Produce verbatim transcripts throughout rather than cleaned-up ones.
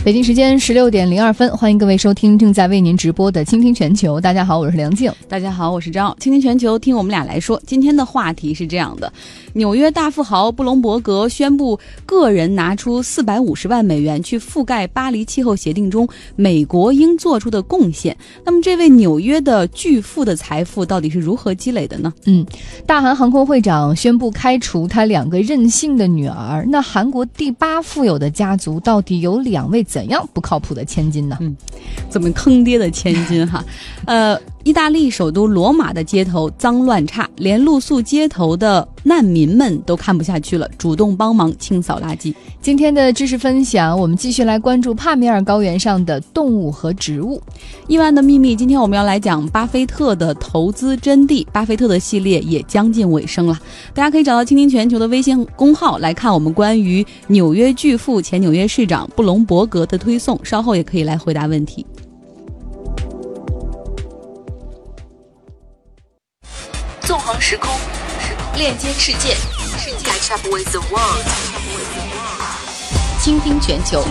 北京时间十六点零二分，欢迎各位收听正在为您直播的倾听全球。大家好，我是梁静。 大家好，我是张傲。倾听全球，听我们俩来说。今天的话题是这样的：纽约大富豪布隆伯格宣布个人拿出四百五十万美元去覆盖巴黎气候协定中美国应做出的贡献。那么，这位纽约的巨富的财富到底是如何积累的呢？ 嗯，大韩航空会长宣布开除他两个任性的女儿。那韩国第八富有的家族到底有两位怎样不靠谱的千金呢？ 嗯，怎么坑爹的千金哈？呃，意大利首都罗马的街头脏乱差，连露宿街头的难民们都看不下去了，主动帮忙清扫垃圾。 今天的知识分享，我们继续来关注帕米尔高原上的动物和植物。 亿万的秘密，今天我们要来讲巴菲特的投资真谛。巴菲特的系列也将近尾声了，大家可以找到倾听全球的微信公号来看我们关于纽约巨富前纽约市长布隆伯格的推送，稍后也可以来回答问题。 纵横时空，链接世界，世界 Catch up with the world， 倾听全球。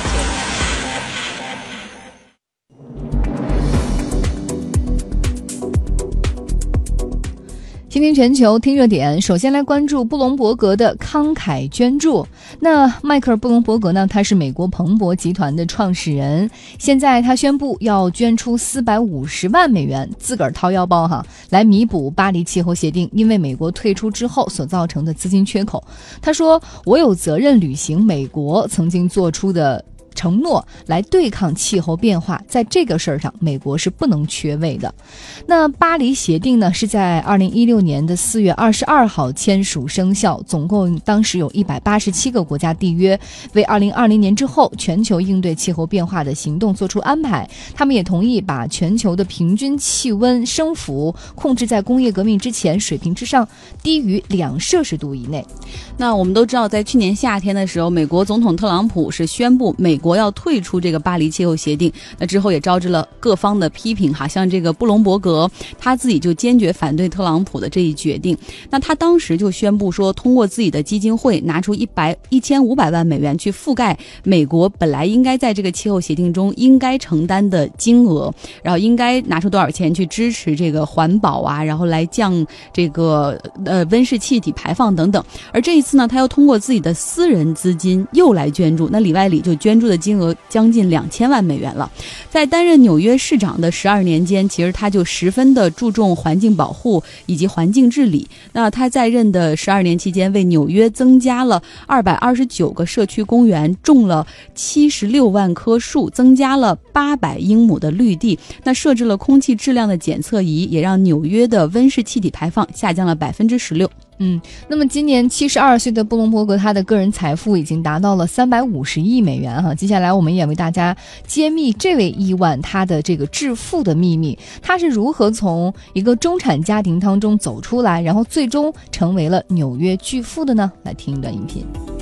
倾听全球，听热点。首先来关注布隆伯格的慷慨捐助。那迈克尔·布隆伯格呢？他是美国彭博集团的创始人。现在他宣布要捐出四百五十万美元，自个儿掏腰包哈，来弥补巴黎气候协定因为美国退出之后所造成的资金缺口。他说：“我有责任履行美国曾经做出的承诺，来对抗气候变化，在这个事儿上美国是不能缺位的。”那巴黎协定呢，是在二零一六年的四月二十二号签署生效，总共当时有一百八十七个国家缔约，为二零二零年之后全球应对气候变化的行动做出安排。他们也同意把全球的平均气温升幅控制在工业革命之前水平之上，低于两摄氏度以内。 那我们都知道，在去年夏天的时候，美国总统特朗普是宣布美国要退出这个巴黎气候协定，那之后也招致了各方的批评哈，像这个布隆伯格他自己就坚决反对特朗普的这一决定。那他当时就宣布说，通过自己的基金会拿出一百一千五百万美元去覆盖美国本来应该在这个气候协定中应该承担的金额，然后应该拿出多少钱去支持这个环保啊，然后来降这个呃温室气体排放等等。而这一次呢，他又通过自己的私人资金又来捐助，那里外里就捐助的金额将近两千万美元了。在担任纽约市长的十二年间，其实他就十分的注重环境保护以及环境治理。那他在任的十二年期间，为纽约增加了二百二十九个社区公园，种了七十六万棵树，增加了八百英亩的绿地。那设置了空气质量的检测仪，也让纽约的温室气体排放下降了百分之十六。 嗯，那么今年七十二岁的布隆伯格，他的个人财富已经达到了三百五十亿美元哈。接下来我们也为大家揭秘这位亿万他的这个致富的秘密，他是如何从一个中产家庭当中走出来，然后最终成为了纽约巨富的呢？来听一段音频。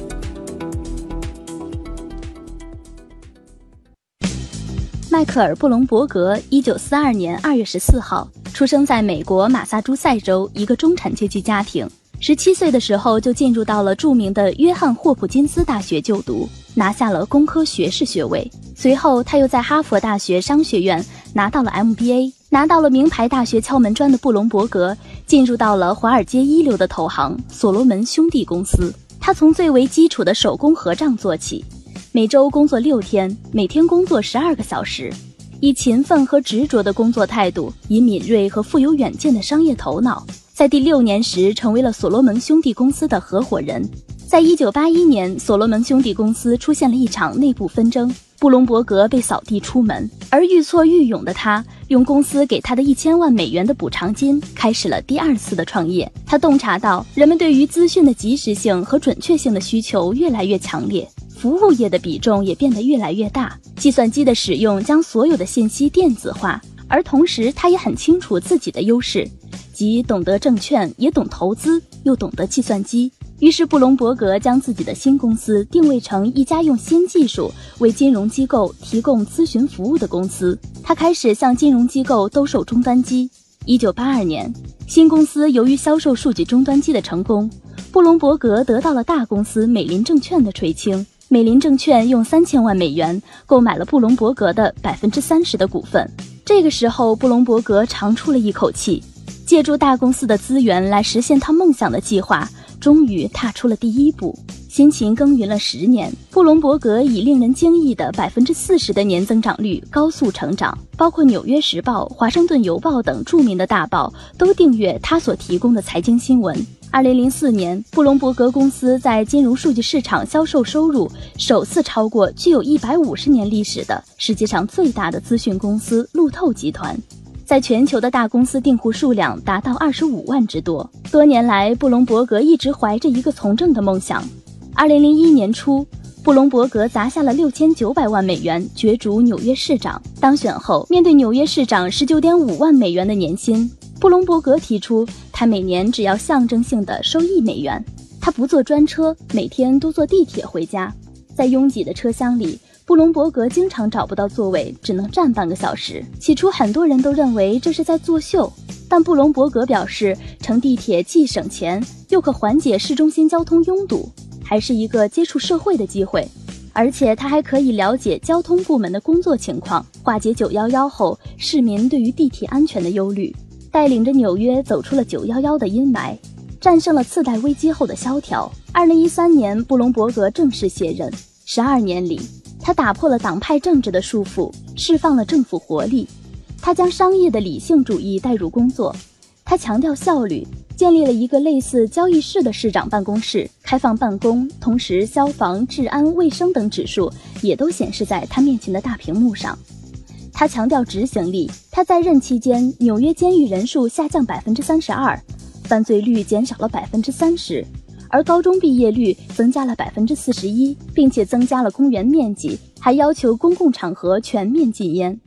迈克尔·布隆伯格一九四二年二月十四号出生在美国马萨诸塞州一个中产阶级家庭。十七岁的时候就进入到了著名的约翰霍普金斯大学就读，拿下了工科学士学位。随后他又在哈佛大学商学院拿到了 M B A， 拿到了名牌大学敲门砖的布隆伯格进入到了华尔街一流的投行所罗门兄弟公司。他从最为基础的手工合账做起，每周工作六天，每天工作十二个小时，以勤奋和执着的工作态度，以敏锐和富有远见的商业头脑，在第六年时成为了所罗门兄弟公司的合伙人。在一九八一年，所罗门兄弟公司出现了一场内部纷争，布隆伯格被扫地出门，而愈挫愈勇的他用公司给他的一千万美元的补偿金开始了第二次的创业。他洞察到人们对于资讯的及时性和准确性的需求越来越强烈，服务业的比重也变得越来越大，计算机的使用将所有的信息电子化，而同时他也很清楚自己的优势，即懂得证券，也懂投资，又懂得计算机。于是布隆伯格将自己的新公司定位成一家用新技术为金融机构提供咨询服务的公司。他开始向金融机构兜售终端机。一九八二年，新公司由于销售数据终端机的成功，布隆伯格得到了大公司美林证券的垂青， 美林证券用三千万美元购买了布隆伯格的百分之三十的股份。这个时候，布隆伯格长出了一口气，借助大公司的资源来实现他梦想的计划，终于踏出了第一步。辛勤耕耘了十年，布隆伯格以令人惊异的百分之四十的年增长率高速成长，包括《纽约时报》、《华盛顿邮报》等著名的大报都订阅他所提供的财经新闻。二零零四年，布隆伯格公司在金融数据市场销售收入首次超过具有一百五十年历史的世界上最大的资讯公司路透集团。在全球的大公司订户数量达到二十五万之多。多年来，布隆伯格一直怀着一个从政的梦想。二零零一年初，布隆伯格砸下了六千九百万美元角逐纽约市长。当选后，面对纽约市长十九点五万美元的年薪，布隆伯格提出他每年只要象征性的收一美元。他不坐专车，每天都坐地铁回家。在拥挤的车厢里，布隆伯格经常找不到座位，只能站半个小时。起初很多人都认为这是在作秀，但布隆伯格表示，乘地铁既省钱，又可缓解市中心交通拥堵，还是一个接触社会的机会。而且他还可以了解交通部门的工作情况，化解九一一后市民对于地铁安全的忧虑，带领着纽约走出了九一一的阴霾，战胜了次贷危机后的萧条。二零一三年，布隆伯格正式卸任。十二年里，他打破了党派政治的束缚，释放了政府活力。他将商业的理性主义带入工作，他强调效率，建立了一个类似交易室的市长办公室，开放办公，同时消防、治安、卫生等指数也都显示在他面前的大屏幕上。他强调执行力，他在任期间，纽约监狱人数下降百分之三十二，犯罪率减少了百分之三十。而高中毕业率增加了百分之四十一，并且增加了公园面积，还要求公共场合全面禁烟。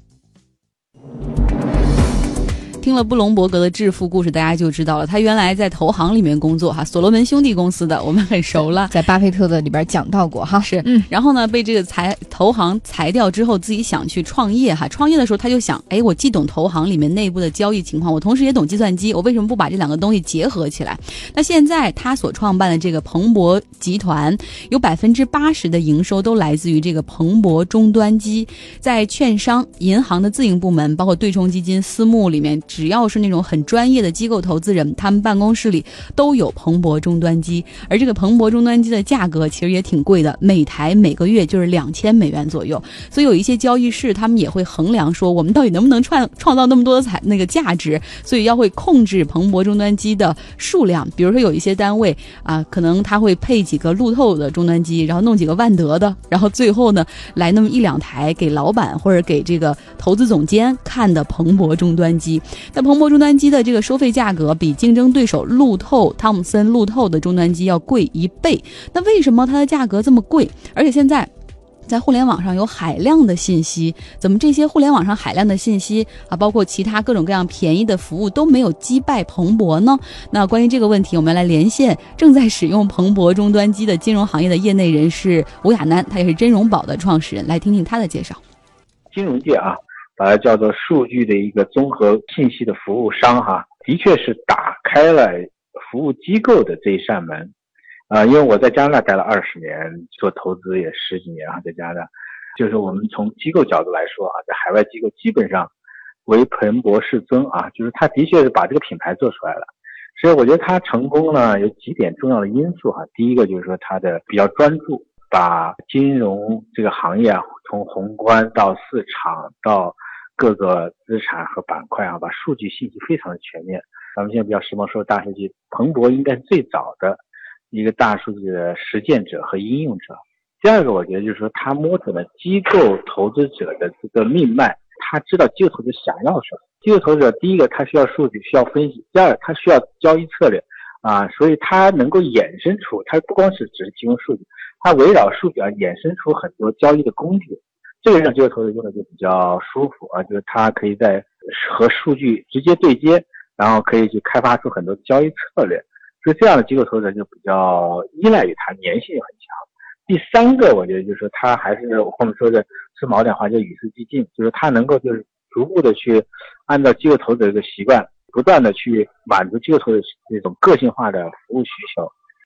听了布隆伯格的致富故事，大家就知道了，他原来在投行里面工作哈，所罗门兄弟公司的，我们很熟了， 在巴菲特的里边讲到过哈。 是， 嗯， 然后呢，被这个裁投行裁掉之后，自己想去创业哈。创业的时候，他就想，哎，我既懂投行里面内部的交易情况，我同时也懂计算机，我为什么不把这两个东西结合起来？那现在他所创办的这个彭博集团，有百分之八十的营收都来自于这个彭博终端机，在券商、银行的自营部门，包括对冲基金、私募里面，只要是那种很专业的机构投资人，他们办公室里都有彭博终端机。而这个彭博终端机的价格其实也挺贵的，每台每个月就是两千美元左右。所以有一些交易室他们也会衡量说，我们到底能不能创创造那么多的彩那个价值，所以要会控制彭博终端机的数量。比如说有一些单位啊，可能他会配几个路透的终端机，然后弄几个万德的，然后最后呢来那么一两台给老板或者给这个投资总监看的彭博终端机。那彭博终端机的这个收费价格比竞争对手路透汤姆森路透的终端机要贵一倍。那为什么它的价格这么贵？而且现在在互联网上有海量的信息，怎么这些互联网上海量的信息啊，包括其他各种各样便宜的服务都没有击败彭博呢？那关于这个问题，我们来连线正在使用彭博终端机的金融行业的业内人士吴亚楠，他也是真融宝的创始人，来听听他的介绍。 金融界啊，把它叫做数据的一个综合信息的服务商哈，的确是打开了服务机构的这一扇门。呃，因为我在加拿大待了二十年，做投资也十几年啊，在加拿大，就是我们从机构角度来说啊，在海外机构基本上为彭博世尊啊，就是他的确是把这个品牌做出来了。所以我觉得他成功呢有几点重要的因素哈。第一个就是说他的比较专注，把金融这个行业啊，从宏观到市场到各个资产和板块啊，把数据信息非常的全面。咱们现在比较时髦说大数据，彭博应该是最早的一个大数据的实践者和应用者。第二个我觉得就是说他摸准了机构投资者的这个命脉，他知道机构投资者想要什么。机构投资者第一个他需要数据，需要分析，第二他需要交易策略啊，所以他能够衍生出，他不光是只是提供数据，他围绕数据啊衍生出很多交易的工具。这个让机构投资者用的就比较舒服啊，就是他可以在和数据直接对接，然后可以去开发出很多交易策略。所以这样的机构投资者就比较依赖于它，粘性很强。第三个我觉得就是说他还是我们说的是锚点话，就与时俱进，就是他能够就是逐步的去按照机构投资者的习惯，不断的去满足机构投资者这种个性化的服务需求。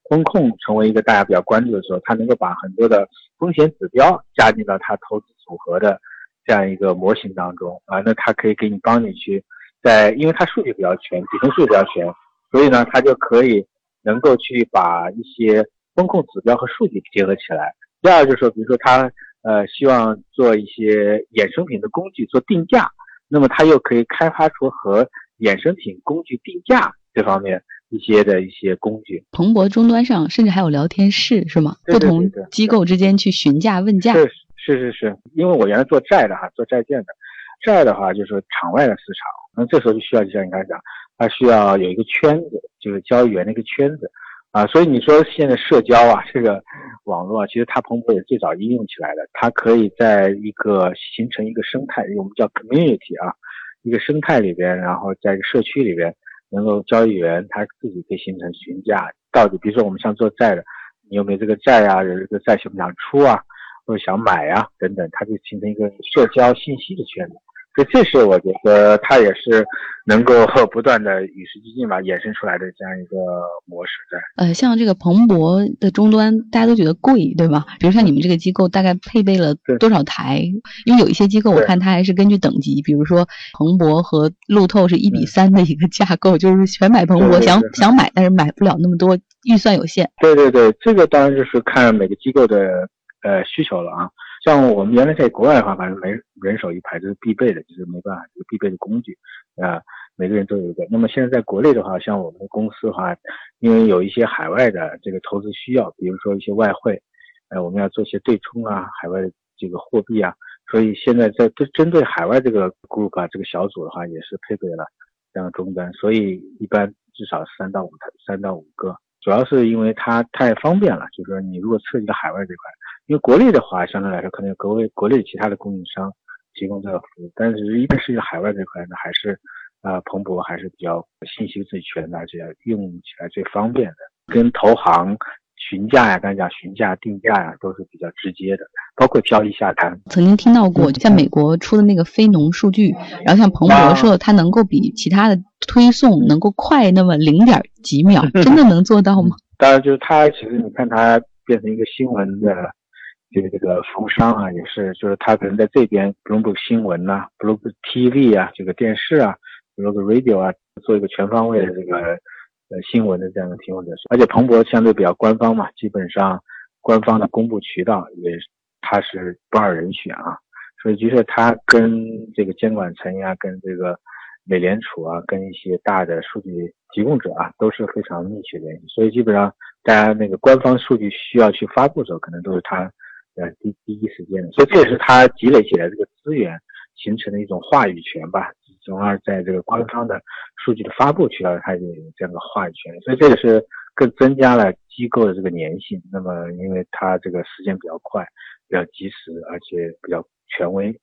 风控成为一个大家比较关注的时候，它能够把很多的风险指标加进到它投资组合的这样一个模型当中啊，那它可以给你帮你去在，因为它数据比较全，底层数据比较全，所以呢，它就可以能够去把一些风控指标和数据结合起来。第二就是说，比如说它呃希望做一些衍生品的工具做定价，那么它又可以开发出和衍生品工具定价这方面一些的一些工具。 彭博终端上甚至还有聊天室是吗？ 对对对对， 不同机构之间去询价问价。 是是是是，因为我原来做债的哈，做债券的，债的话就是场外的市场，那这时候就需要就像你刚才讲，它需要有一个圈子，就是交易员的一个圈子啊，所以你说现在社交啊，这个网络啊，其实它彭博也最早应用起来的，它可以在一个形成一个生态，我们叫 community 啊，一个生态里边，然后在一个社区里边，能够交易员他自己可以形成询价，到底比如说我们像做债的，你有没有这个债啊，有这个债想不想出啊，或者想买啊等等，它就形成一个社交信息的圈子。所以这是我觉得它也是能够不断的与时俱进吧衍生出来的这样一个模式在。 呃，像这个彭博的终端大家都觉得贵，对吧？比如像你们这个机构大概配备了多少台？因为有一些机构我看它还是根据等级，比如说彭博和路透是一比三的一个架构，就是全买彭博，想想买但是买不了那么多，预算有限。 对对对，这个当然就是看每个机构的呃需求了啊。像我们原来在国外的话，反正每人手一排这是必备的，就是没办法，这个必备的工具啊，每个人都有一个。那么现在在国内的话，像我们的公司的话，因为有一些海外的这个投资需要，比如说一些外汇，呃，我们要做一些对冲啊，海外的这个货币啊，所以现在在针对海外这个 group 啊，这个小组的话，也是配备了这样的终端，所以一般至少三到五台，三到五个。主要是因为它太方便了，就是说你如果涉及到海外这块，因为国内的话相对来说可能有国内国内其他的供应商提供这个服务，但是一般涉及到海外这块呢，还是呃彭博还是比较信息最全的，而且用起来最方便的，跟投行询价呀，刚才讲询价定价呀，都是比较直接的，包括交易下单。 曾经听到过，就像美国出的那个非农数据，然后像彭博社，它能够比其他的推送能够快那么零点几秒，真的能做到吗？ 当然，就是它其实你看它变成一个新闻的这个这个服务商啊，也是，就是它可能在这边 Bloomberg 新闻呐、啊、Bloomberg T V 啊，这个电视啊 ，Bloomberg Radio 啊，做一个全方位的这个呃新闻的这样的提供者，而且彭博相对比较官方嘛，基本上官方的公布渠道也它是不二人选啊，所以就是它跟这个监管层呀，跟这个美联储啊，跟一些大的数据提供者啊，都是非常密切联系，所以基本上大家那个官方数据需要去发布的时候，可能都是它呃第第一时间的，所以这也是它积累起来这个资源形成的一种话语权吧，从而在这个官方的数据的发布渠道，它就有这样的话语权，所以这个是更增加了机构的这个粘性。那么因为它这个时间比较快，比较及时，而且比较权威。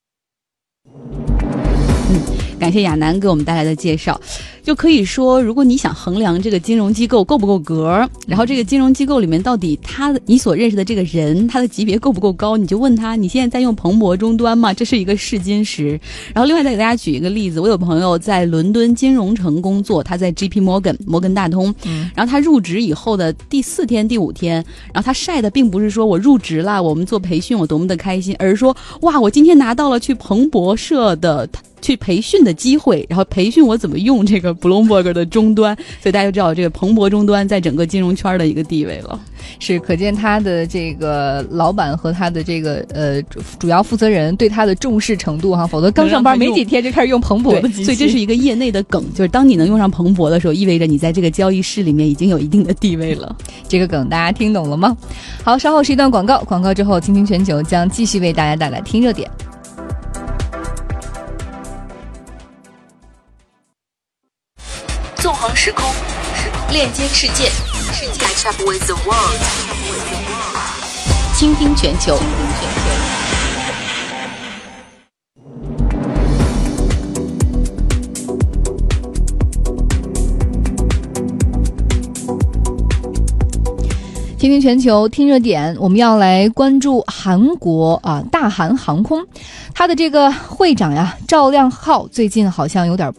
嗯，感谢亚楠给我们带来的介绍。就可以说，如果你想衡量这个金融机构够不够格，然后这个金融机构里面到底他你所认识的这个人他的级别够不够高，你就问他你现在在用彭博终端吗？这是一个试金石。然后另外再给大家举一个例子，我有朋友在伦敦金融城工作，他在 J P Morgan 摩根大通，嗯，然后他入职以后的第四天第五天，然后他晒的并不是说我入职了，我们做培训我多么的开心，而是说哇我今天拿到了去彭博社的去培训的机会，然后培训我怎么用这个 Bloomberg 的终端，所以大家就知道这个彭博终端在整个金融圈的一个地位了。 是，可见他的这个老板和他的这个呃主要负责人对他的重视程度哈，否则刚上班没几天就开始用彭博的机器。 所以这是一个业内的梗，就是当你能用上彭博的时候，意味着你在这个交易室里面已经有一定的地位了。 这个梗大家听懂了吗？好，稍后是一段广告，广告之后倾听全球将继续为大家带来听热点。 纵横时空，链接世界，世界 catch up with the world， 倾听全球。 倾听全球，听热点，我们要来关注韩国啊，大韩航空，它的这个会长呀赵亮浩最近好像有点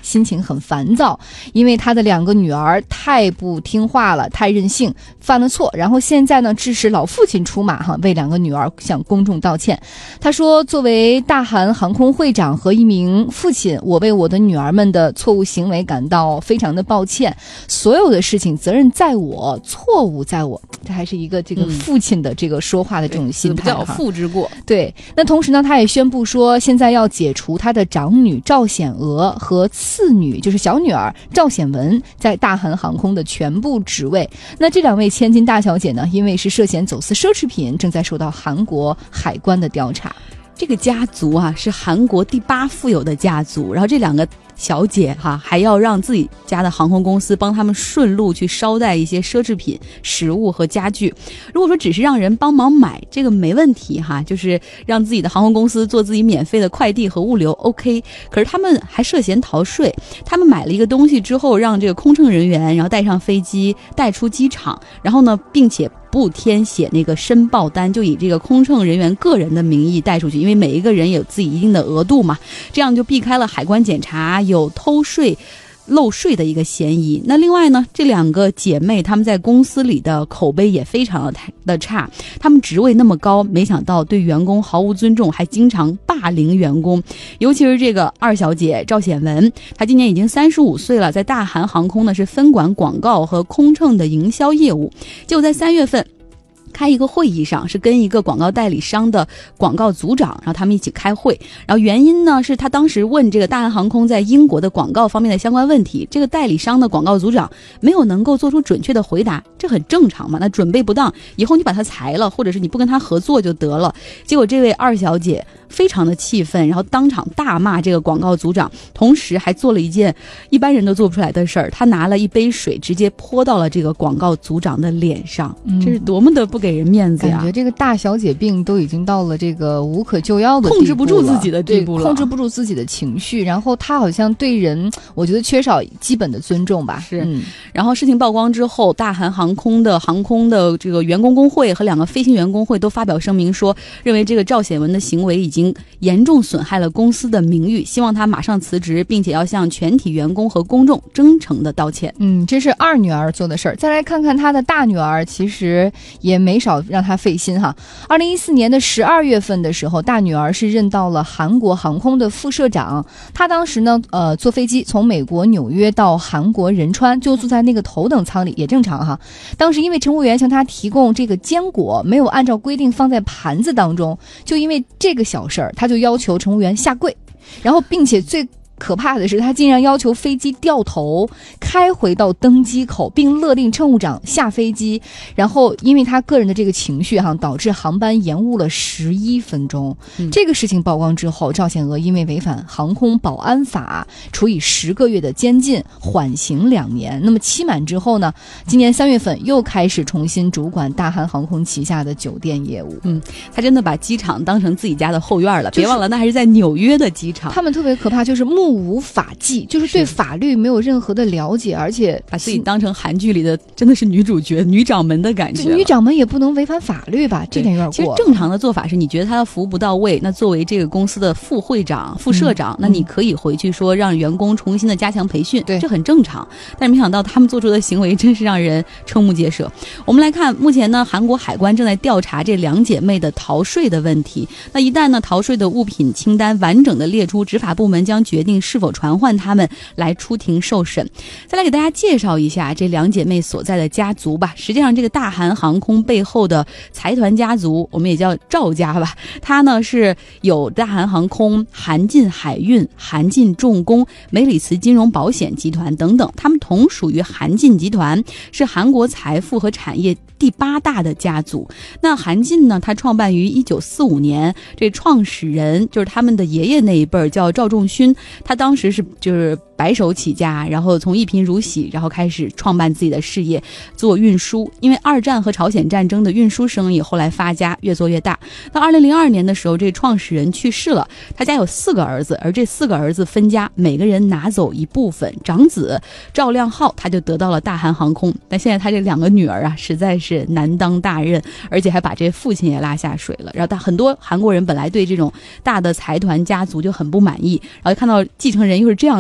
心情很烦躁，因为他的两个女儿太不听话了，太任性，犯了错，然后现在呢致使老父亲出马哈，为两个女儿向公众道歉。他说，作为大韩航空会长和一名父亲，我为我的女儿们的错误行为感到非常的抱歉，所有的事情责任在我，错误在我。这还是一个这个父亲的这个说话的这种心态， 不叫父之过。 对，那同时呢，他也宣布说，现在要解除他的长女赵显娥和次女，就是小女儿赵显文在大韩航空的全部职位。那这两位千金大小姐呢，因为是涉嫌走私奢侈品，正在受到韩国海关的调查。 这个家族啊，是韩国第八富有的家族，然后这两个小姐哈，还要让自己家的航空公司帮他们顺路去捎带一些奢侈品、食物和家具。如果说只是让人帮忙买，这个没问题哈，就是让自己的航空公司做自己免费的快递和物流 OK。可是他们还涉嫌逃税，他们买了一个东西之后，让这个空乘人员然后带上飞机带出机场，然后呢，并且不填写那个申报单，就以这个空乘人员个人的名义带出去，因为每一个人有自己一定的额度嘛，这样就避开了海关检查，有偷税漏税的一个嫌疑。那另外呢，这两个姐妹她们在公司里的口碑也非常的差，她们职位那么高，没想到对员工毫无尊重，还经常霸凌员工。尤其是这个二小姐赵显文，她今年已经三十五岁了，在大韩航空呢是分管广告和空乘的营销业务。结果在三月份开一个会议上，是跟一个广告代理商的广告组长，然后他们一起开会。然后原因呢，是他当时问这个大韩航空在英国的广告方面的相关问题，这个代理商的广告组长没有能够做出准确的回答，这很正常嘛，那准备不当，以后你把他裁了，或者是你不跟他合作就得了。结果这位二小姐非常的气愤，然后当场大骂这个广告组长，同时还做了一件一般人都做不出来的事儿，他拿了一杯水直接泼到了这个广告组长的脸上， 嗯、 这是多么的不给人面子呀！ 感觉这个大小姐病都已经到了这个无可救药的地步了， 控制不住自己的地步了， 控制不住自己的情绪，然后她好像对人，我觉得缺少基本的尊重吧。 是， 嗯、 然后事情曝光之后，大韩航空的航空的这个员工工会和两个飞行员工会都发表声明说，认为这个赵显文的行为已经严重损害了公司的名誉，希望他马上辞职，并且要向全体员工和公众真诚的道歉。 嗯，这是二女儿做的事儿。再来看看她的大女儿，其实也没少让她费心哈。二零一四年的十二月份的时候，大女儿是任到了韩国航空的副社长。她当时呢，呃，坐飞机从美国纽约到韩国仁川，就坐在那个头等舱里，也正常哈。当时因为乘务员向她提供这个坚果，没有按照规定放在盘子当中，就因为这个小事儿，她就要求乘务员下跪，然后并且最可怕的是，他竟然要求飞机掉头开回到登机口，并勒令乘务长下飞机。然后因为他个人的这个情绪哈，导致航班延误了十一分钟、嗯、这个事情曝光之后，赵显娥因为违反航空保安法处以十个月的监禁，缓刑两年。那么期满之后呢，今年三月份又开始重新主管大韩航空旗下的酒店业务。 嗯，他真的把机场当成自己家的后院了、就是、别忘了那还是在纽约的机场。 他们特别可怕，就是目无法纪，就是对法律没有任何的了解，而且把自己当成韩剧里的真的是女主角、女掌门的感觉。 女掌门也不能违反法律吧？这点有点过。 其实正常的做法是，你觉得他的服务不到位，那作为这个公司的副会长、副社长，嗯、那你可以回去说让员工重新的加强培训，对，这很正常。但是没想到他们做出的行为真是让人瞠目结舌。我们来看，目前呢，韩国海关正在调查这两姐妹的逃税的问题。那一旦呢，逃税的物品清单完整的列出，执法部门将决定是否传唤他们来出庭受审。再来给大家介绍一下这两姐妹所在的家族吧。实际上这个大韩航空背后的财团家族，我们也叫赵家吧，它呢是有大韩航空、韩进海运、韩进重工、梅里茨金融保险集团等等，他们同属于韩进集团，是韩国财富和产业第八大的家族。那韩进呢，它创办于一九四五年，这创始人就是他们的爷爷那一辈儿叫赵仲勋，他当时是就是白手起家，然后从一贫如洗，然后开始创办自己的事业，做运输。因为二战和朝鲜战争的运输生意后来发家，越做越大。到二零零二年的时候，这创始人去世了，他家有四个儿子，而这四个儿子分家，每个人拿走一部分。长子赵亮浩他就得到了大韩航空，但现在他这两个女儿啊，实在是难当大任，而且还把这父亲也拉下水了。然后很多韩国人本来对这种大的财团家族就很不满意，然后看到继承人又是这样两个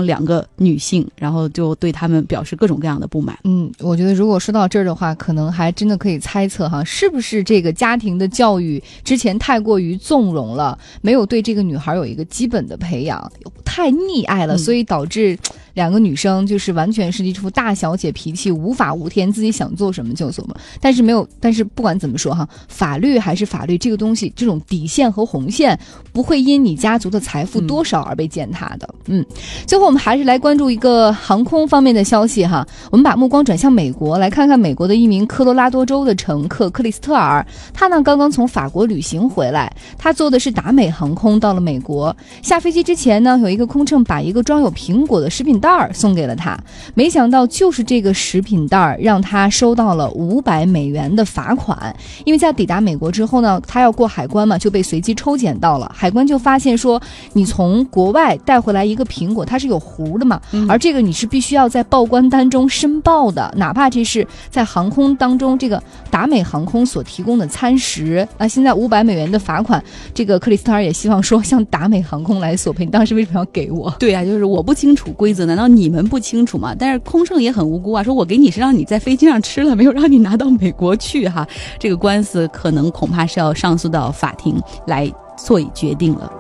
的女性，然后就对他们表示各种各样的不满。 嗯，我觉得如果说到这儿的话，可能还真的可以猜测哈，是不是这个家庭的教育之前太过于纵容了，没有对这个女孩有一个基本的培养，太溺爱了，嗯、所以导致两个女生就是完全是一副大小姐脾气，无法无天，自己想做什么就做什么。但是没有，但是不管怎么说哈，法律还是法律，这个东西，这种底线和红线不会因你家族的财富多少而被践踏的。嗯，嗯最后我们还是来关注一个航空方面的消息哈，我们把目光转向美国，来看看美国的一名科罗拉多州的乘客克里斯特尔，他呢刚刚从法国旅行回来，他坐的是达美航空到了美国，下飞机之前呢，有一个空乘把一个装有苹果的食品袋送给了他，没想到就是这个食品袋让他收到了五百美元的罚款，因为在抵达美国之后呢，他要过海关嘛，就被随机抽检到了，海关就发现说你从国外带回来一个苹果，它是有核的嘛，嗯、而这个你是必须要在报关单中申报的，哪怕这是在航空当中这个达美航空所提供的餐食。那现在五百美元的罚款，这个克里斯特尔也希望说向达美航空来索赔，你当时为什么要给我？ 对啊，就是我不清楚规则，难道你们不清楚吗？但是空乘也很无辜啊，说我给你是让你在飞机上吃了，没有让你拿到美国去哈。这个官司可能恐怕是要上诉到法庭来做以决定了。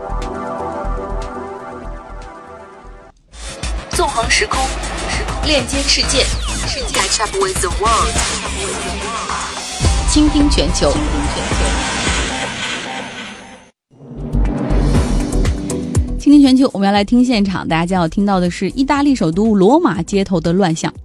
纵横时空，链接世界 ，Catch up with the world， 倾听全球。 倾听全球，我们要来听现场，大家将要听到的是意大利首都罗马街头的乱象。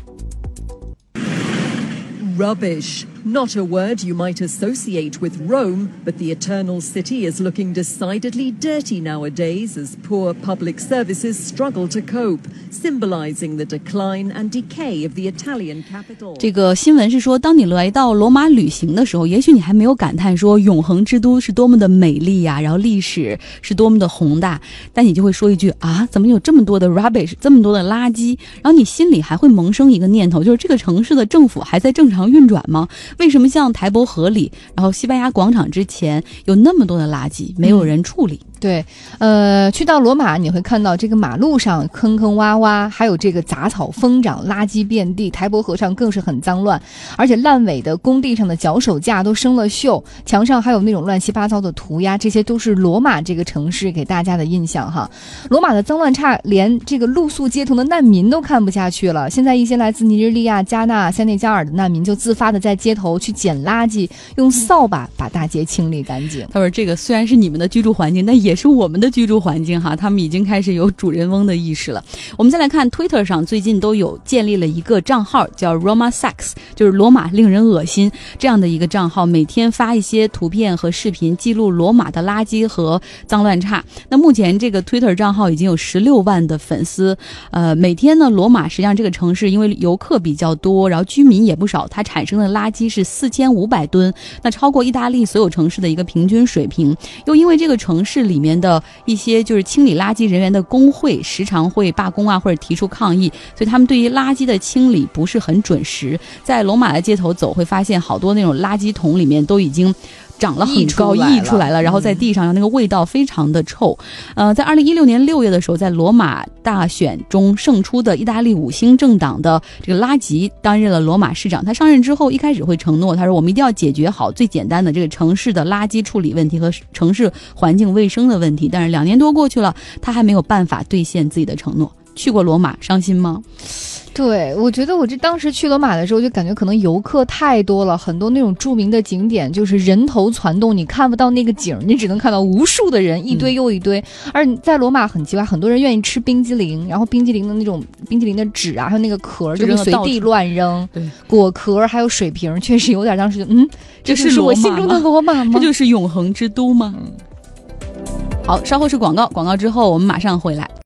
Rubbish. Not a word you might associate with Rome, but the Eternal City is looking decidedly dirty nowadays as poor public services struggle to cope, symbolizing the decline and decay of the Italian capital. 这个新闻是说，当你来到罗马旅行的时候，也许你还没有感叹说永恒之都是多么的美丽呀、啊，然后历史是多么的宏大，但你就会说一句啊，怎么有这么多的 rubbish， 这么多的垃圾？然后你心里还会萌生一个念头，就是这个城市的政府还在正常运转吗？为什么像台伯河里，然后西班牙广场之前有那么多的垃圾，没有人处理？ 嗯对，呃，去到罗马你会看到这个马路上坑坑洼洼，还有这个杂草疯长，垃圾遍地，台伯河上更是很脏乱，而且烂尾的工地上的脚手架都生了锈，墙上还有那种乱七八糟的涂鸦，这些都是罗马这个城市给大家的印象哈。罗马的脏乱差，连这个露宿街头的难民都看不下去了。现在一些来自尼日利亚、加纳、塞内加尔的难民就自发的在街头去捡垃圾，用扫把把大街清理干净。 他说这个虽然是你们的居住环境，但也也是我们的居住环境哈，他们已经开始有主人翁的意识了。我们再来看 Twitter 上最近都有建立了一个账号叫 Roma Sucks， 就是罗马令人恶心这样的一个账号，每天发一些图片和视频记录罗马的垃圾和脏乱差。那目前这个 Twitter 账号已经有十六万的粉丝，呃，每天呢罗马实际上这个城市因为游客比较多，然后居民也不少，它产生的垃圾是四千五百吨，那超过意大利所有城市的一个平均水平。又因为这个城市里里面的一些就是清理垃圾人员的工会时常会罢工啊，或者提出抗议，所以他们对于垃圾的清理不是很准时。在罗马的街头走，会发现好多那种垃圾桶里面都已经长了很高，溢出来了，然后在地上那个味道非常的臭。呃，在二零一六年六月的时候，在罗马大选中胜出的意大利五星政党的这个拉吉担任了罗马市长。他上任之后，一开始会承诺，他说我们一定要解决好最简单的这个城市的垃圾处理问题和城市环境卫生的问题。但是两年多过去了，他还没有办法兑现自己的承诺。去过罗马，伤心吗？ 对，我觉得我这当时去罗马的时候就感觉可能游客太多了，很多那种著名的景点就是人头攒动，你看不到那个景，你只能看到无数的人一堆又一堆、嗯、而在罗马很奇怪，很多人愿意吃冰激凌，然后冰激凌的那种冰激凌的纸啊还有那个壳就会随地乱扔，对，果壳还有水瓶，确实有点当时就嗯，这是我心中的罗马吗？ 这就是永恒之都吗？嗯，好，稍后是广告，广告之后我们马上回来。